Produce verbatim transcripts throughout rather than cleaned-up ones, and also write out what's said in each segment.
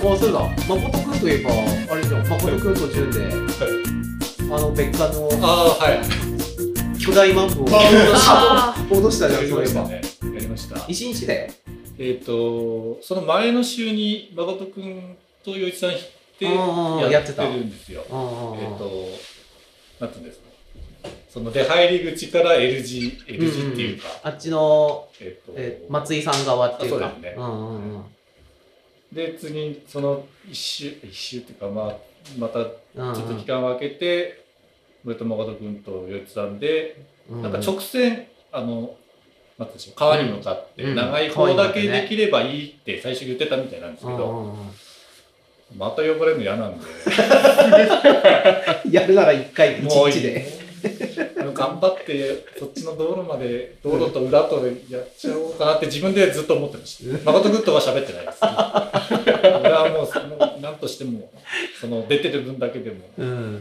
そうだ。誠くんといえばあれじゃん。誠くん途中で、はい、あの別館のああはい巨大マンボウを戻したじゃん。そういえば。 やりました。 一日で。 えっとその前の週に誠くんと余一さんでやってるんですよ。えっとなんていうんですか。その出入り口から L 字 L 字っていうか、 あっちのえっと松井さん側っていうか。 そうですね。で次その一周一周っていうかまあまたちょっと期間を空けて上戸誠君と余一さんでなんか直線あのなんていうんでしょう川に向かって長い方だけできればいいって最初言ってたみたいなんですけど、また呼ばれるの嫌なんでやるなら一回一日で。 頑張ってそっちの道路まで道路と裏とやっちゃおうかなって自分でずっと思ってました。誠君とは喋ってないです。俺はもうその何としてもその出てる分だけでも、うん、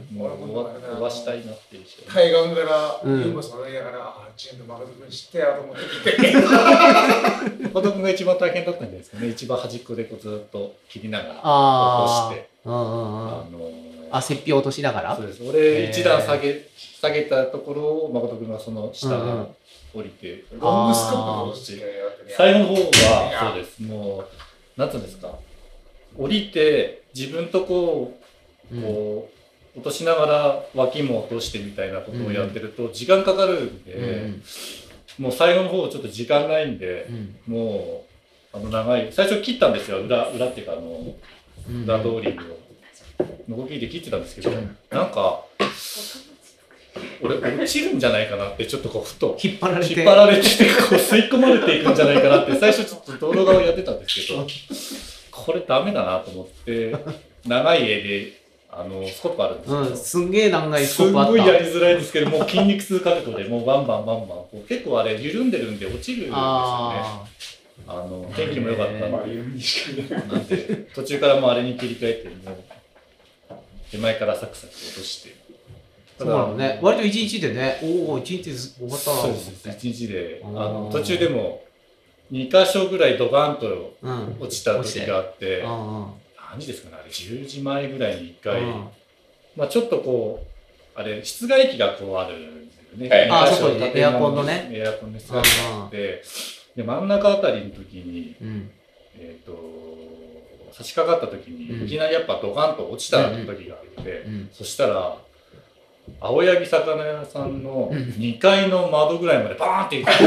もう終わしたいなっていう。 対岸からユンボさんやからあチーム誠君知ってやと思ってきて。 誠君が一番大変だったんじゃないですかね。一番端っこでこうずっと切りながら落として、あのあ雪氷落としながら。 そうです。俺一段下げ下げたところを誠君がその下が降りて、 ロングスコップをして最後の方はそうです。もうなんていうんですか。降りて自分とこうこう落としながら脇も落としてみたいなことをやってると時間かかるんで、もう最後の方ちょっと時間ないんで、もうあの長い最初切ったんですよ。裏裏っていうかあの裏通りを。動きで切ってたんですけど、なんか俺落ちるんじゃないかなってちょっとこうふと引っ張られて引っ張られてこう吸い込まれていくんじゃないかなって最初ちょっと道路側をやってたんですけどこれダメだなと思って長い絵であのスコップあるんですよ、 うん、すんげえ長いスコップあった。 すんごいやりづらいんですけどもう筋肉痛覚悟でもうバンバンバンバンこう結構あれ緩んでるんで落ちるんですよね。あの天気も良かったんで、なんで途中からもうあれに切り替えてもう手前からサクサク落として。 そうなのね。割と一日でね。おお、一日で終わったな。 そうです。一日で、あの途中でも二箇所ぐらいドカンと落ちた時があって、うん、何時ですかね。あれじゅうじまえぐらいに一回、うん、まあちょっとこうあれ室外機がこうあるんですよね。はい、 あ、そこにエアコンのね。 エアコンの室外機があって、で真ん中あたりの時に、うん、えっと。差し掛かった時に、うん、いきなりやっぱドカンと落ちた時があって、うんうん、そしたら青柳魚屋さんのにかいの窓ぐらいまでバーンって行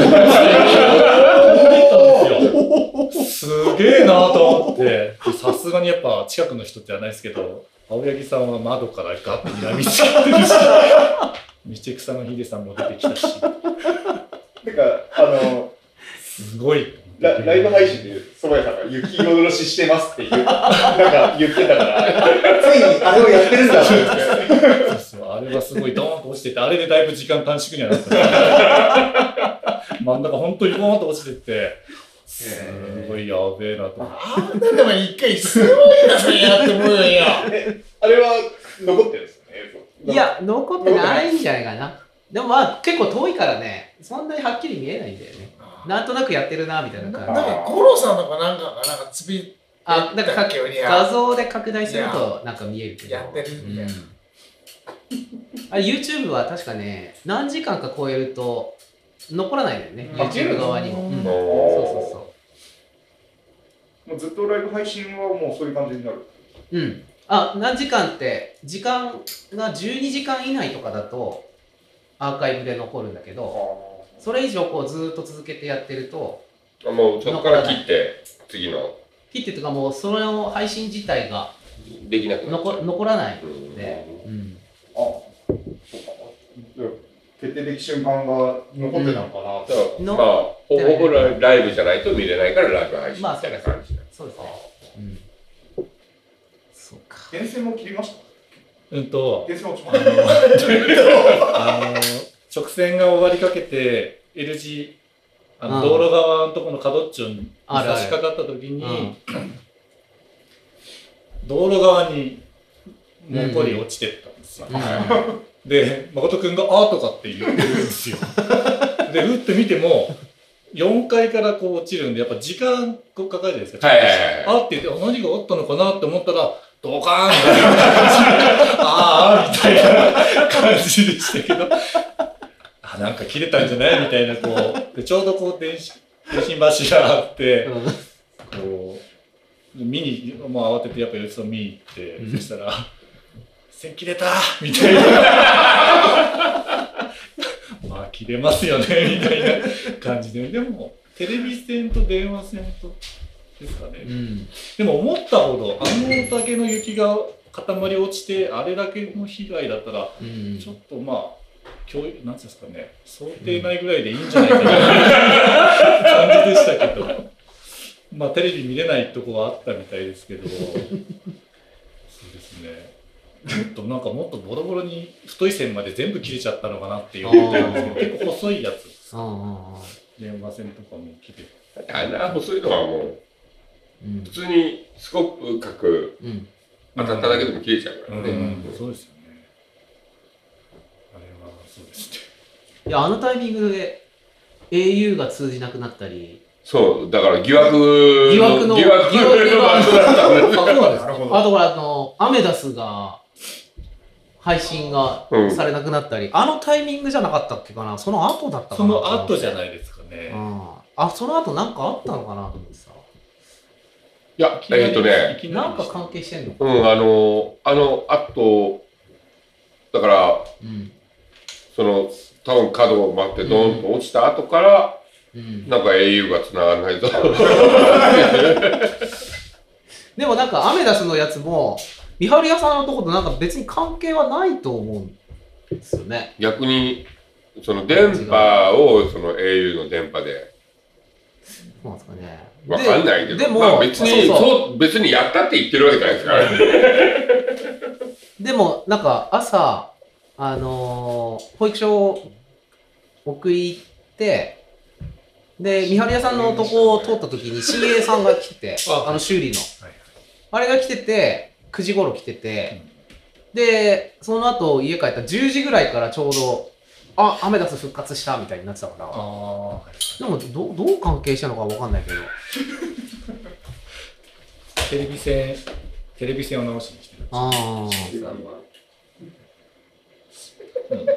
ったんですよ。すげえなと思ってさすがにやっぱ近くの人じゃないですけど青柳さんは窓からガッて睨みつけてるし道草のヒデさんも出てきたしてかあのすごいラ, ライブ配信で蕎麦屋さんが雪下ろししてますっていうなんか言ってたからついにあれをやってるんだと思ってそうそうあれはすごいドーンと落ちててあれでだいぶ時間短縮にはなった真ん中本当にボーンと落ちてってすごいやべえなと思ってあんなでも一回すごいなそれやって思うよやあれは残ってるんですかね。 いや残ってないんじゃないかな。でもまあ結構遠いからねそんなにはっきり見えないんだよね。なんとなくやってるなみたいな感じ。 なんか五郎さんとかなんかがなんかつびあなんか画像で拡大するとなんか見えるけど。 やってるみたいな。 あれ YouTube は確かね何時間か超えると残らないんだよね。YouTube 側にも。うん、そうそうそう。 もうずっとライブ配信はもうそういう感じになる。 うん。あ何時間って時間がじゅうにじかん以内とかだとアーカイブで残るんだけど。それ以上こうずっと続けてやってるとあもうそこから切って次の切ってとかもうその配信自体ができなくなっちゃう残らないので、うん、 あそうか決定的瞬間が残ってたのかな、 うん、まあほぼほぼライブじゃないと見れないからライブ配信みたいな感じ、 まあ、そうですね、うん、そうか電線も切りましたうんと電線も落ちましたあの直線が終わりかけて L 字あの道路側のところの角っちょに差し掛かった時に、うん、道路側にもっこり落ちてったんですよ、うん、で誠くんが「あ」とかって言ってるんですよでふって見てもよんかいからこう落ちるんで、やっぱ時間こうかかるじゃないですか。 はいはいはい。 あって言って、何があったのかなって思ったら、ドカーンみたいな感じで、あーみたいな感じでしたけど、あ、なんか切れたんじゃないみたいな、こう、でちょうどこう電信、電信柱があって、 うんこう、見に、もう慌ててやっぱよそ見に行って、 うん、 そしたら、線切れたみたいな。まあ切れますよねみたいな感じで、でもテレビ線と電話線とですかね、 うん、 でも思ったほどあのだけの雪が塊落ちてあれだけの被害だったら、 うん、 ちょっとまあ教育なんていうんですかね、想定内ぐらいでいいんじゃないかな感じでしたけど、まあテレビ見れないとこはあったみたいですけど、そうですね。もっとなんかもっとボロボロに太い線まで全部切れちゃったのかなっていう思ったんですけど、結構細いやつ、電話線とかも切れて、 あんな細いのはもう、 うん、 普通にスコップ角当たっただけでも切れちゃうからね。 うんうん、そうですよね。あれはそうですね。 いや、あのタイミングで エーユー が通じなくなったり、 そう、だから疑惑の疑惑の疑惑の場所だったんですよ。 あ、そうなんですか。 あとはあのアメダスが配信がされなくなったり、うん、あのタイミングじゃなかったっけかな、その後だったかな。 その後じゃないですかね。 うん、あ、その後なんかあったのかなと思ってさ。 いや、えっとね、 なんか関係してんのか。うん、あの、あの後、だから、うん、その、多分角を回ってドーンと落ちた後から、うん、なんか エーユー が繋がらないぞ。 でもなんかアメダスのやつも、見張り屋さんのとことなんか別に関係はないと思うんですよね。 逆に、その電波をその エーユー の電波で。 そうなんですかね。 わかんないけど、 でも、 まあ別にそうそう別にやったって言ってるわけじゃないですからね。 でもなんか朝、あのー、保育所送り行って、で、見張り屋さんのとこを通った時に シーエー さんが来て、あの修理の。あれが来てて、くじ頃来てて、で、その後家帰ったらじゅうじぐらいからちょうど、あ、アメダス復活したみたいになってたから。あ、でもど、どう関係したのかわかんないけど。 テレビ線、テレビ線を直しに来てる。ああ。うんうん、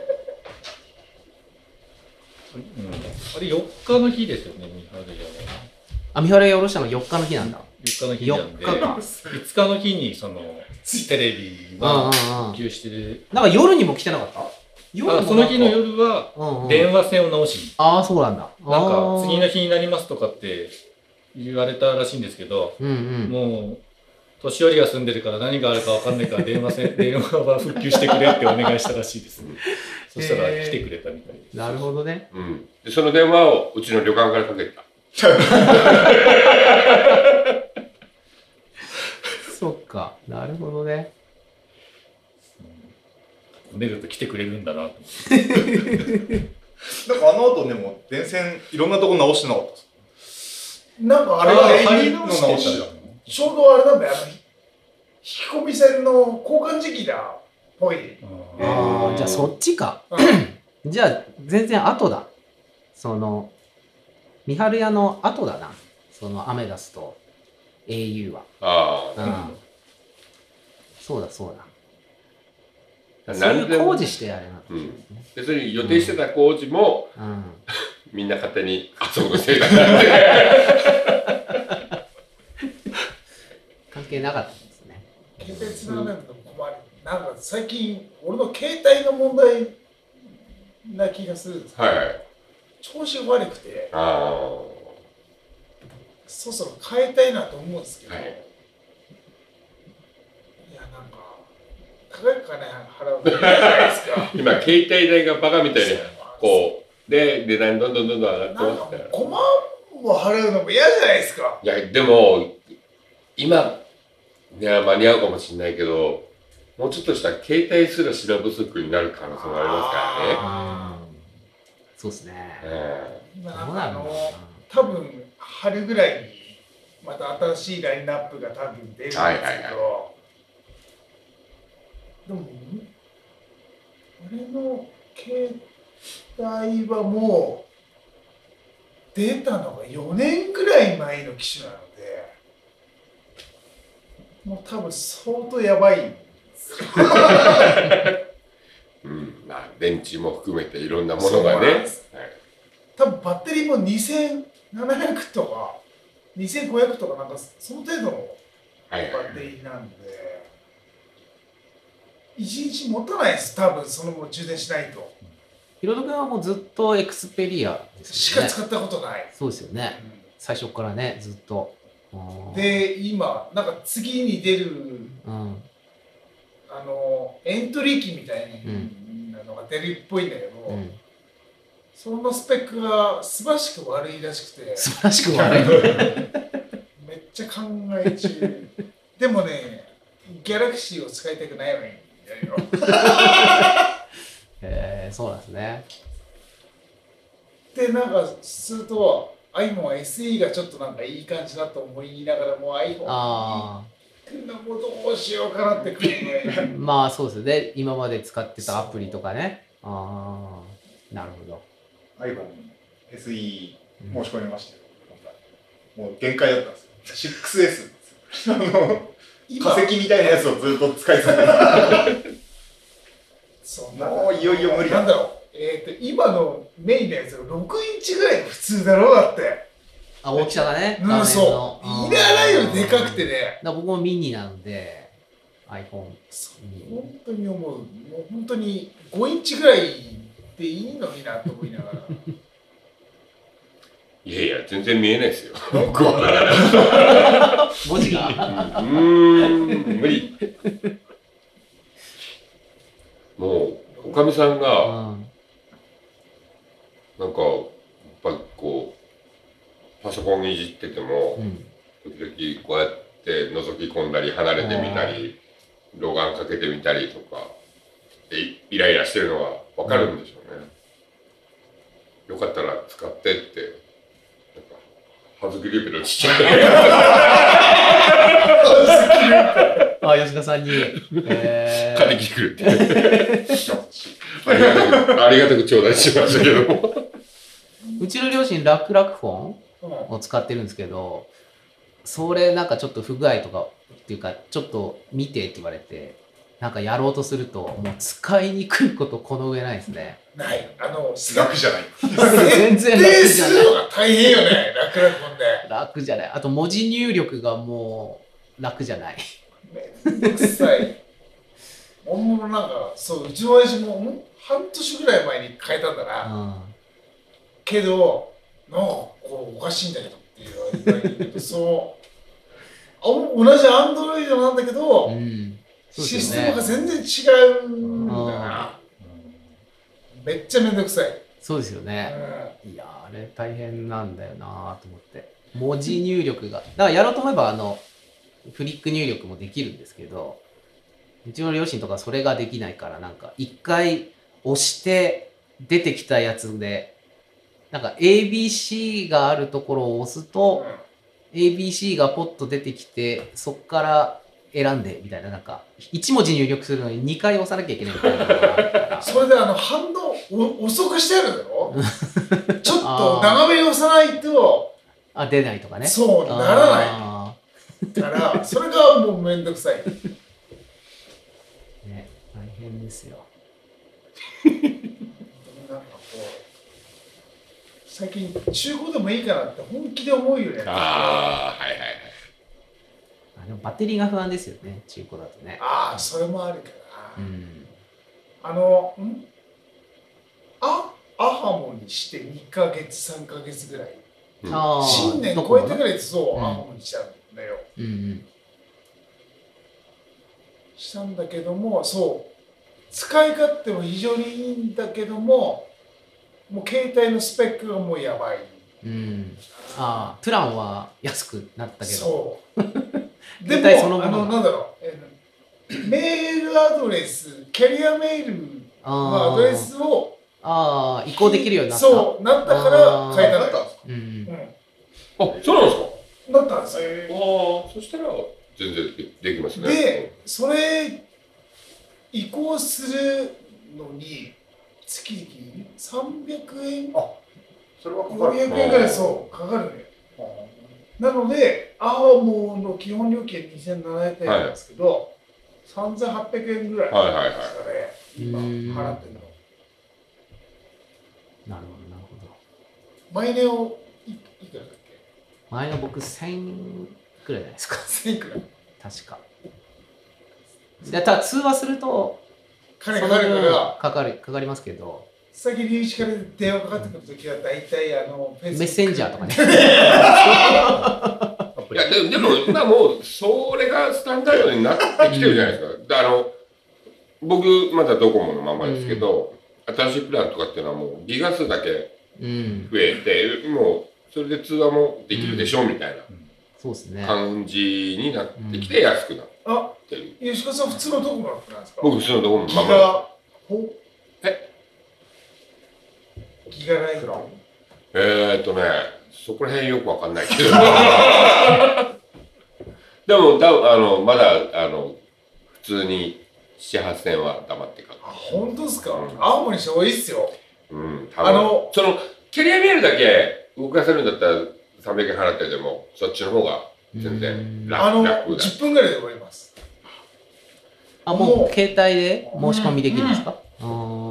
あれよっかの日ですよね、見張り屋は。 あ、見張り屋下ろしたのよっかの日なんだ。 よっかの日なんで、よっかか。いつかの日にそのテレビが普及してる。 なんか夜にも来てなかった？夜あ、その日の夜は電話線を直しに。 ああ、そうなんだ。 なんか次の日になりますとかって言われたらしいんですけど、うんうん、もう年寄りが住んでるから何があるかわかんないから電話線電話は復旧してくれってお願いしたらしいですね。そしたら来てくれたみたいです。 なるほどね。 うん。でその電話をうちの旅館からかけた。 そっか、なるほどね。 寝ると来てくれるんだなと思って。 なんかあの後でも電線いろんなとこ直してなかったですか？ なんかあれが貼り直してた。 ちょうどあれなんだよ、あの引き込み線の交換時期だっぽい。 ああ、じゃあそっちか。じゃあ全然後だ。その見張り屋の後だな。そのアメダスと エーユー は。ああ、うん。そうだそうだ。そういう工事してやれな、 うん、別に予定してた工事も、うん、みんな勝手にあそこのせいだなって関係なかったんですね。 携帯つながないの困る。なんか最近俺の携帯の問題な気がするんですけど、はいはい、調子が悪くてあそろそろ変えたいなと思うんですけど、はい、いやなんか高い金払うじゃないですか。 今携帯代がバカみたいにこうで値段どんどんどんどん上がってますから。 ごまんも払うのも嫌じゃないですか。 いやでも今いや間に合うかもしれないけど、もうちょっとしたら携帯すら品不足になる可能性もありますからね。 そうですね。 今あの多分春ぐらいにまた新しいラインナップが多分出るんですけど。はいはいはい、でも俺の携帯はも出たのがよねんぐらい前の機種なので、もう多分相当やばいんですよ。 うん、まあ電池も含めていろんなものがね、はい、 多分バッテリーもにせんななひゃくとかにせんごひゃくとかなんかその程度のバッテリーなんで、いちにち持たないです、多分そのまま充電しないと。 ヒロト君はもうずっとエクスペリアですよね。しか使ったことない。 そうですよね、うん、最初からねずっと。 で今なんか次に出る、うん、あのエントリー機みたいなのが出るっぽいんだけど、うん、そのスペックが素晴らしく悪いらしくて。 素晴らしく悪いめっちゃ考え中。でもね、ギャラクシーを使いたくないわけよ。 へえ、そうなんですね。 で、なんかすると iPhone エスイー がちょっとなんかいい感じだと思いながらも iPhone あもうどうしようかなってくるね。 まあそうですね。今まで使ってたアプリとかね。ああ、なるほど。 iPhone エスイー 申し込みましたよ。うん、もう限界だったんですよ。シックスエス あの化石みたいなやつをずっと使い続けてそうもういよいよ無理だ。 なんだろう、えー、と今のメインのやつがろくインチぐらいが普通だろうだって。 あ、大きさがね。 うん、そう。いらないよ、でかくてね。 だ僕もミニなので iPhone。 本当に思う。もう本当にごインチぐらいでいいのになと思いながら。 いやいや、全然見えないですよ。僕は。 文字が。 うーん、無理。もう、おかみさんが、うん、なんか、やっぱりこう、パソコンいじってても、うん、時々こうやって覗き込んだり、離れてみたり、老眼かけてみたりとか、でイライラしてるのがわかるんでしょうね。うん、よかったら使ってって。葉月レベルのちっちゃいあ、吉田さんに、 えー、買ってきてくれってありがたくありがたく頂戴しましたけどもうちの両親ラクラクフォンを使ってるんですけど、それなんかちょっと不具合とかっていうかちょっと見てって言われてなんかやろうとするともう使いにくいことこの上ないですね。 ない。あの楽じゃない。 全然楽じゃない。 のが大変よね。楽楽もんで。 楽じゃない。あと文字入力がもう楽じゃない。 めんどくさい。ほんまなんかそううちの親父もん半年ぐらい前に変えたんだな。うん、けどなんかこうおかしいんだけどっていう言われてそう同じアンドロイドなんだけど。うん、システムが全然違うんだな。めっちゃめんどくさい。 そうですよね。うん、いやあれ大変なんだよなと思って。文字入力がだからやろうと思えばあのフリック入力もできるんですけど、うちの両親とかそれができないからなんか一回押して出てきたやつでなんか エービーシー があるところを押すと、うん、エービーシー がポッと出てきてそっから選んでみたいな、なんかいち文字入力するのににかい押さなきゃいけないみたいなそれであの反応お遅くしてあるだろちょっと長めに押さないとあ出ないとかね。 そうならないからそれがもうめんどくさいね、大変ですよなんかこう最近中古でもいいかなって本気で思うよね。 ああはいはいはい。 でもバッテリーが不安ですよね、中古だとね。 ああ、それもあるかな。うん、あの、んあ、アハモにしてにかげつ、さんかげつぐらい。うん、新年超えてぐらいそう、うん、アハモにしたんだよ。うんうん、したんだけども、そう、使い勝手も非常にいいんだけども、もう携帯のスペックがもうやばい。 うん、ああ、プランは安くなったけど。 そう。でも、あの、なんだろう、えー、メールアドレス、キャリアメールのアドレスをああ移行できるようになった。 そう、なったから変えたんだ。 うんうん、あ、そうなんですか。 なったんですよ。 ああ、そしたら全然できますね。 で、それ移行するのに月々さんびゃくえん。あ、 それはかかる。 よんひゃくえんぐらいそうかかるね。なので青もの基本料金にせんななひゃくえんなんですけど、はい、さんぜんはっぴゃくえんぐらいですかね、はいはいはい、今払ってるの。 なるほどなるほど。 前値をいいくらだっけ？ 前値僕せんくらいじゃないですか。 せんくらい確か。いやただ通話すると金かかるからかかるかかりますけど。 先に一から電話かかってくるときは大体あのメッセンジャーとかね。 いやでも今もうそれがスタンダードになってきてるじゃないですか。あの僕まだドコモのままですけど、うん、新しいプランとかっていうのはもうギガ数だけ増えて、うん、もうそれで通話もできるでしょ、うん、みたいな、うん、 そうですね、 感じになってきて安くなってる。 あ、吉川さん普通のドコモなんですか？ 僕普通のドコモのまま。 ギガえギガライト。 えーっとね、そこら辺よくわかんないけど。でも、多分あのまだあの普通になな、はっせんは黙ってかかる。 あ、本当ですか？うん、青森にして多いっすよ。 うん、多分あのそのキャリアメールだけ動かせるんだったらさんびゃくえん払ってでもそっちの方が全然楽。 あの楽だ。じゅっぷんぐらいで終わります。 あ、もう携帯で申し込みできるんですか？ うん、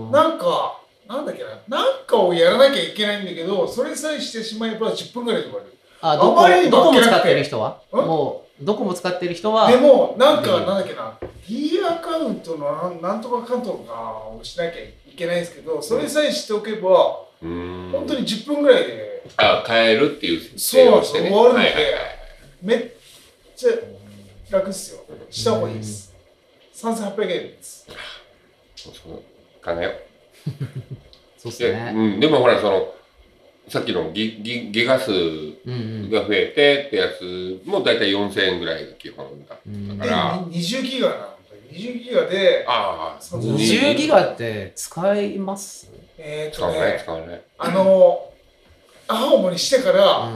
なんか。なんだっけな、なんかをやらなきゃいけないんだけど、それさえしてしまえばじゅっぷんぐらいで終わる。 あ、どこどこも使ってる人はもう、どこも使ってる人はでも、なんか、なんだっけな、D アカウントのなんとかかんとかをしなきゃいけないんですけど、それさえしておけば、うん、本当にじゅっぷんぐらいで。 あ、変えるっていう設定をしてね。そう、終わるので、はいはいはい、めっちゃ楽っすよ。した方がいいです。さんぜんはっぴゃくえんです。 そう考えよう。 そうっすね。 うん、でもほらそのさっきのギギギガ数が増えてってやつもだいたいよんせんえんぐらいが基本だったから、 にじゅうギガなのでにじゅうギガで、 ああにじゅうギガって使います？ えー、 使わない使わない。 あの青森してから、うん、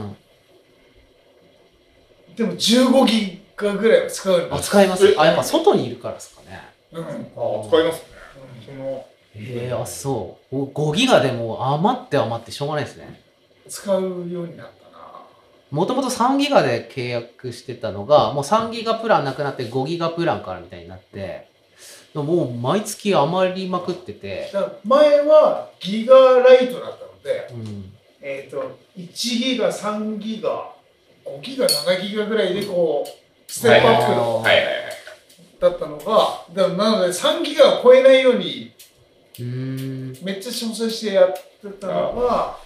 でもじゅうごギガぐらいは使う。 あ、使います。あ、やっぱ外にいるからですかね。 うん、あ、使いますね。うん、そのえー、あ、そう。ごギガでも余って余ってしょうがないですね。 使うようになったな。 もともとさんギガで契約してたのが、もうさんギガプランなくなってごギガプランからみたいになって、もう毎月余りまくってて。 だ前はギガライトだったので、うん、えっと、いちギガ、さんギガ、ごギガ、ななギガぐらいでこう、ステップアップの、だったのが、だなのでさんギガを超えないように、うーんめっちゃ詳細してやってたのが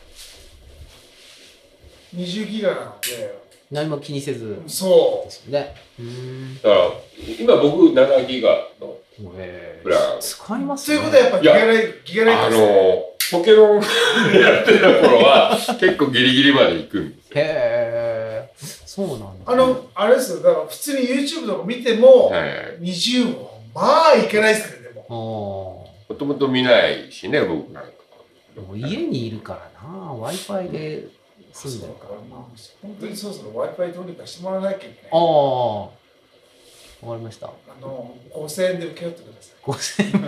にじゅうギガなので何も気にせずそうですね。 うーんだから今僕ななギガのプラン使いますね。そういうことはやっぱギガライトギガライトですね。 あのポケモンやってた頃は結構ギリギリまで行くんですよ。 へえ、そうなんだ、ね。 あのあれですよ、だから普通に YouTube とか見ても、はいはい、にじゅうもまあいけないですね。でももともと見ないしね、僕なんか。 でも家にいるからな、Wi-Fi で住んでるからな。 本当にそろそろ Wi-Fi どうにかしてもらわなきゃいけない。 ああ、わかりました。あの、ごせんえんで請け負ってください。 ごせんえん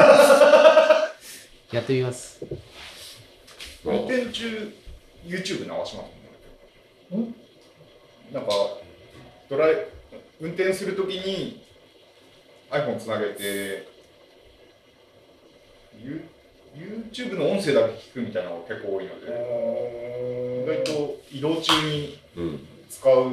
やってみます。 運転中、YouTube 流しますもんね。なんか、ドライ、運転するときに iPhone つなげて、YouTube の音声だけ聞くみたいなのが結構多いので、意外と移動中に使う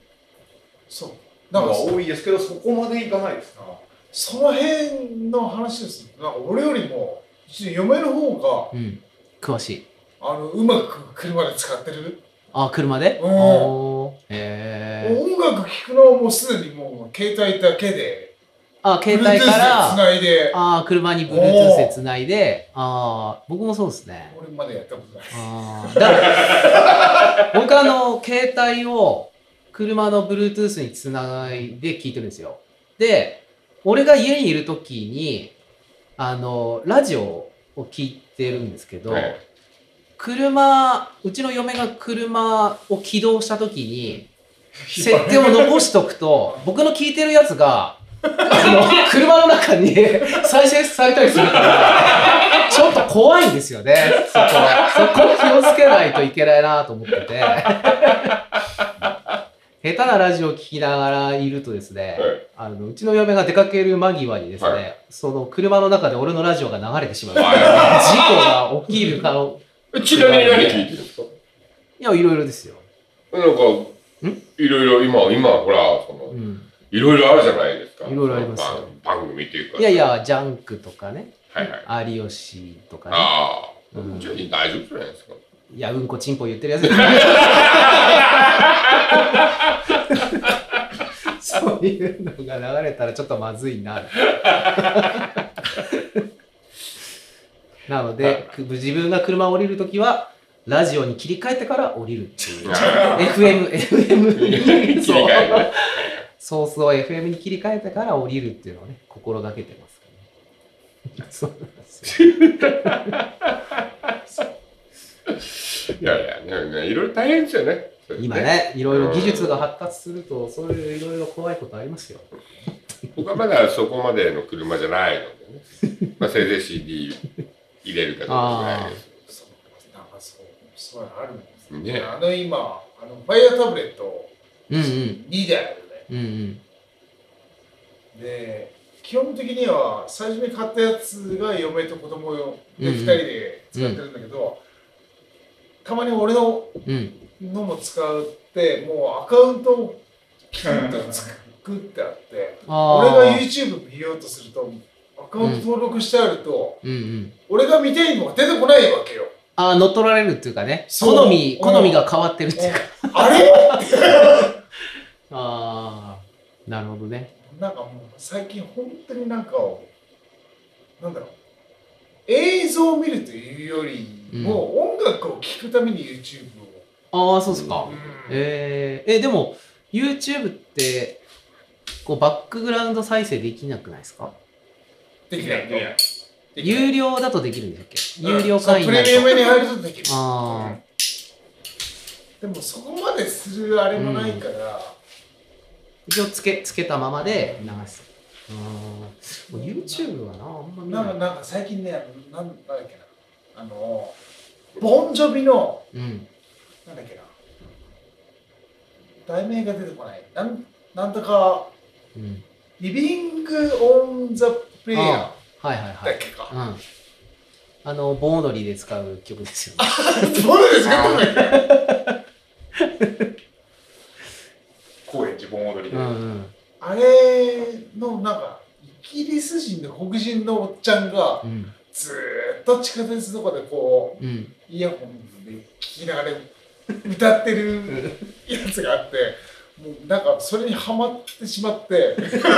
のが多いですけど、そこまでいかないですな。 その辺の話です。なんか俺よりも嫁の方が、うん、 詳しい。 あのうまく車で使ってる。 あ、車で？ うん。へー。音楽聴くのはもうすでにもう携帯だけで。 あ、携帯からつないで、 あ、車に Bluetooth でつないで、あ、僕もそうですね。 俺までやったことない。 あ、だから僕あの携帯を車の Bluetooth につないで聞いてるんですよ。で、俺が家にいるときにあのラジオを聞いてるんですけど、はい、車、うちの嫁が車を起動したときに設定を残しとくと、僕の聞いてるやつがあの車の中に再生されたりするから、ちちょっと怖いんですよね、そこは。そこ気をつけないといけないなと思ってて。下手なラジオを聞きながらいるとですね、 はい、 あのうちの嫁が出かける間際にですね、はい、その車の中で俺のラジオが流れてしまう。事故が起きる可能性。ちなみに何聞いてるんですか？ いや、いろいろですよ。 なんか、いろいろ今、今、ほら、その、いろいろあるじゃないですか。 いろいろありますよ。 番組っていうか。 いやいや、ジャンクとかね。 はいはい。 有吉とかね。 ああ。うん、じゃあ大丈夫じゃないですか。 いや、うんこちんぽ言ってるやつですね。そういうのが流れたらちょっとまずいな。なので、自分が車を降りるときは、ラジオに切り替えてから降りるっていう。エフエム、エフエム に、そう。ソースを エフエム に切り替えてから降りるっていうのをね、心がけてます、ね。そうなんですよ。 いやいや、ね、いろいろ大変ですよね。 今ね、いろいろ技術が発達すると、そういういろいろ怖いことありますよ。 僕はまだそこまでの車じゃないのでね。まあ、せいぜい シーディー 入れるかどうかぐらいです。 なんかそう、そういうのあるんですね。ね、 あの今、あのファイヤータブレットにだよね。 うんうん。 で、基本的には最初に買ったやつが嫁と子供よ、でふたりで使ってるんだけど、うんうん、たまに俺ののも使って、もうアカウントをきちんと作ってあって、俺が YouTube 見ようとすると、アカウント登録してあると、 うんうん、 俺が見たいのが出てこないわけよ。 ああ、乗っ取られるっていうかね、好み、好みが変わってるっていうか。 あれああ、なるほどね。 なんかもう最近本当になんか、なんだろう、映像を見るというよりも、うん、音楽を聴くために YouTube を。 ああ、そうですか。うん、えー、え、でも YouTube ってこうバックグラウンド再生できなくないですか？ できない。できない。 有料だとできるんだっけ？有料会員プレミアムに入るとできる。 ああ。 でもそこまでするあれもないから。うん、 一応つけつけたままで流す。うん。YouTube はな、あんま見ない。 なんかなんか最近ね、なんなんだっけな、あのボンジョビの、うん、なんだっけな、題名が出てこない。なんなんとか、うん、リビングオンザプレイヤー。 はいはいはい。 だっけか。 うん。あの盆踊りで使う曲ですよね。 盆踊りで使う曲。 高円寺盆踊りで、うんうん、 あれのなんかイギリス人の黒人のおっちゃんが、うん、ずーっと地下鉄とかでこう、うん、イヤホンで聴きながら歌ってるやつがあって、もうなんかそれにハマってしまって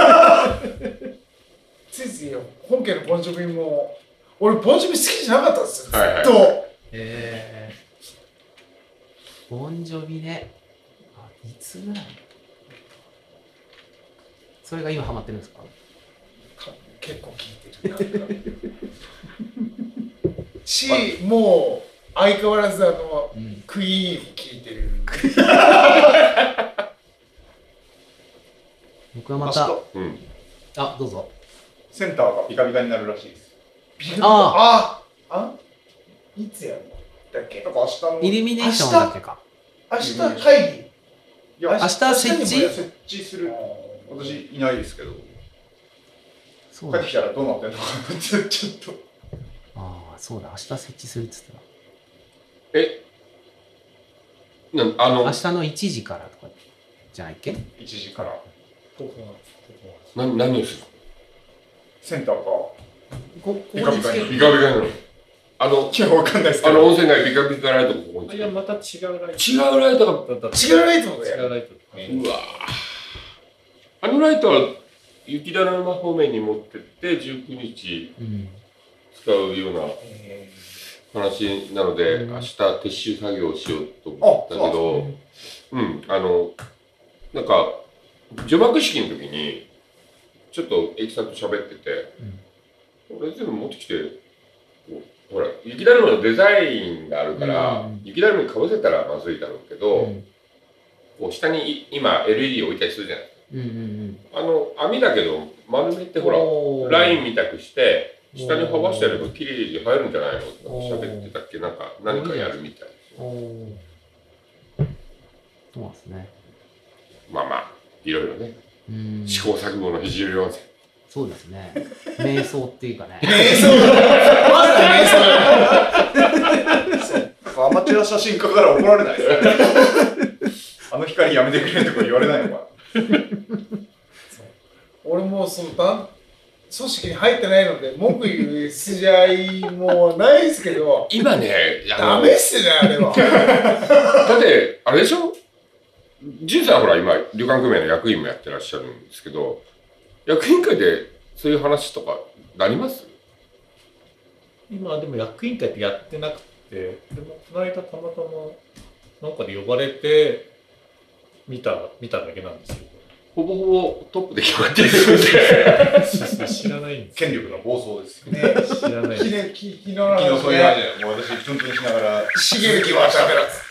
ついつい本家のボンジョビも俺ボンジョビ好きじゃなかったんですよ、ずっと。はいはい、 えー、ボンジョビね、あ、いつぐらい？それが今ハマってるんですか？ 結構聞いてるし、もう相変わらずあの、うん、クイーン聞いてる僕はまた、うん、あ、どうぞ。 センターがビカビカになるらしいです。 あああいつやるのだっけ？ なんか明日のイルミネーションだっけか。 明日会議。 いや明日設置設置する。私いないですけど。帰ってきたらどうなってんのかなってちょっと。 ああ、そうだ、明日設置するっつったら。 えなあの明日のいちじからとかじゃないっけ？ いちじから。 な何をするの？ センターがここビカビカにビカビカになる。あの、 いや、わかんないですけど。 あの温泉街ビカビカライトここに。 いや、また違うライト。 違うライトが違うライトだよ。違うライト。 うわあのライトは雪だるま方面に持ってってじゅうくにち使うような話なので、うん、明日撤収作業をしようと思ったけど、うん、あのなんか除幕式の時にちょっとエキさんと喋ってて、うん、俺全部持ってきて、ほら雪だるまのデザインがあるから、うん、雪だるまにかぶせたらまずいだろうけど、うん、こう下に今 エルイーディー 置いたりするじゃないですか。うんうんうん、あの網だけど丸めてほらラインみたくして下に剥がしてやれば綺麗に入るんじゃないのと喋ってたっけ、なんか何かやるみたいです。 そうですね。 まあまあいろいろね、試行錯誤のひじり温泉。 そうですね。瞑想っていうかね。 瞑想まだ瞑想アマチュア写真家から怒られないあの光やめてくれとか言われないのか俺もその団組織に入ってないので文句言う筋合いもないですけど今ね、 ダメっすねあれはだってあれでしょ、じいさんほら今旅館組合の役員もやってらっしゃるんですけど、役員会でそういう話とかなります？ 今でも役員会ってやってなくて、でもこの間たまたまなんかで呼ばれて見た見ただけなんですけど、 ほぼほぼトップで決まっているんで知らないんです。 権力の暴走ですよね。 知らないです。 昨日そういう話で、もう私ツンツンしながらしげる気はしゃべらず。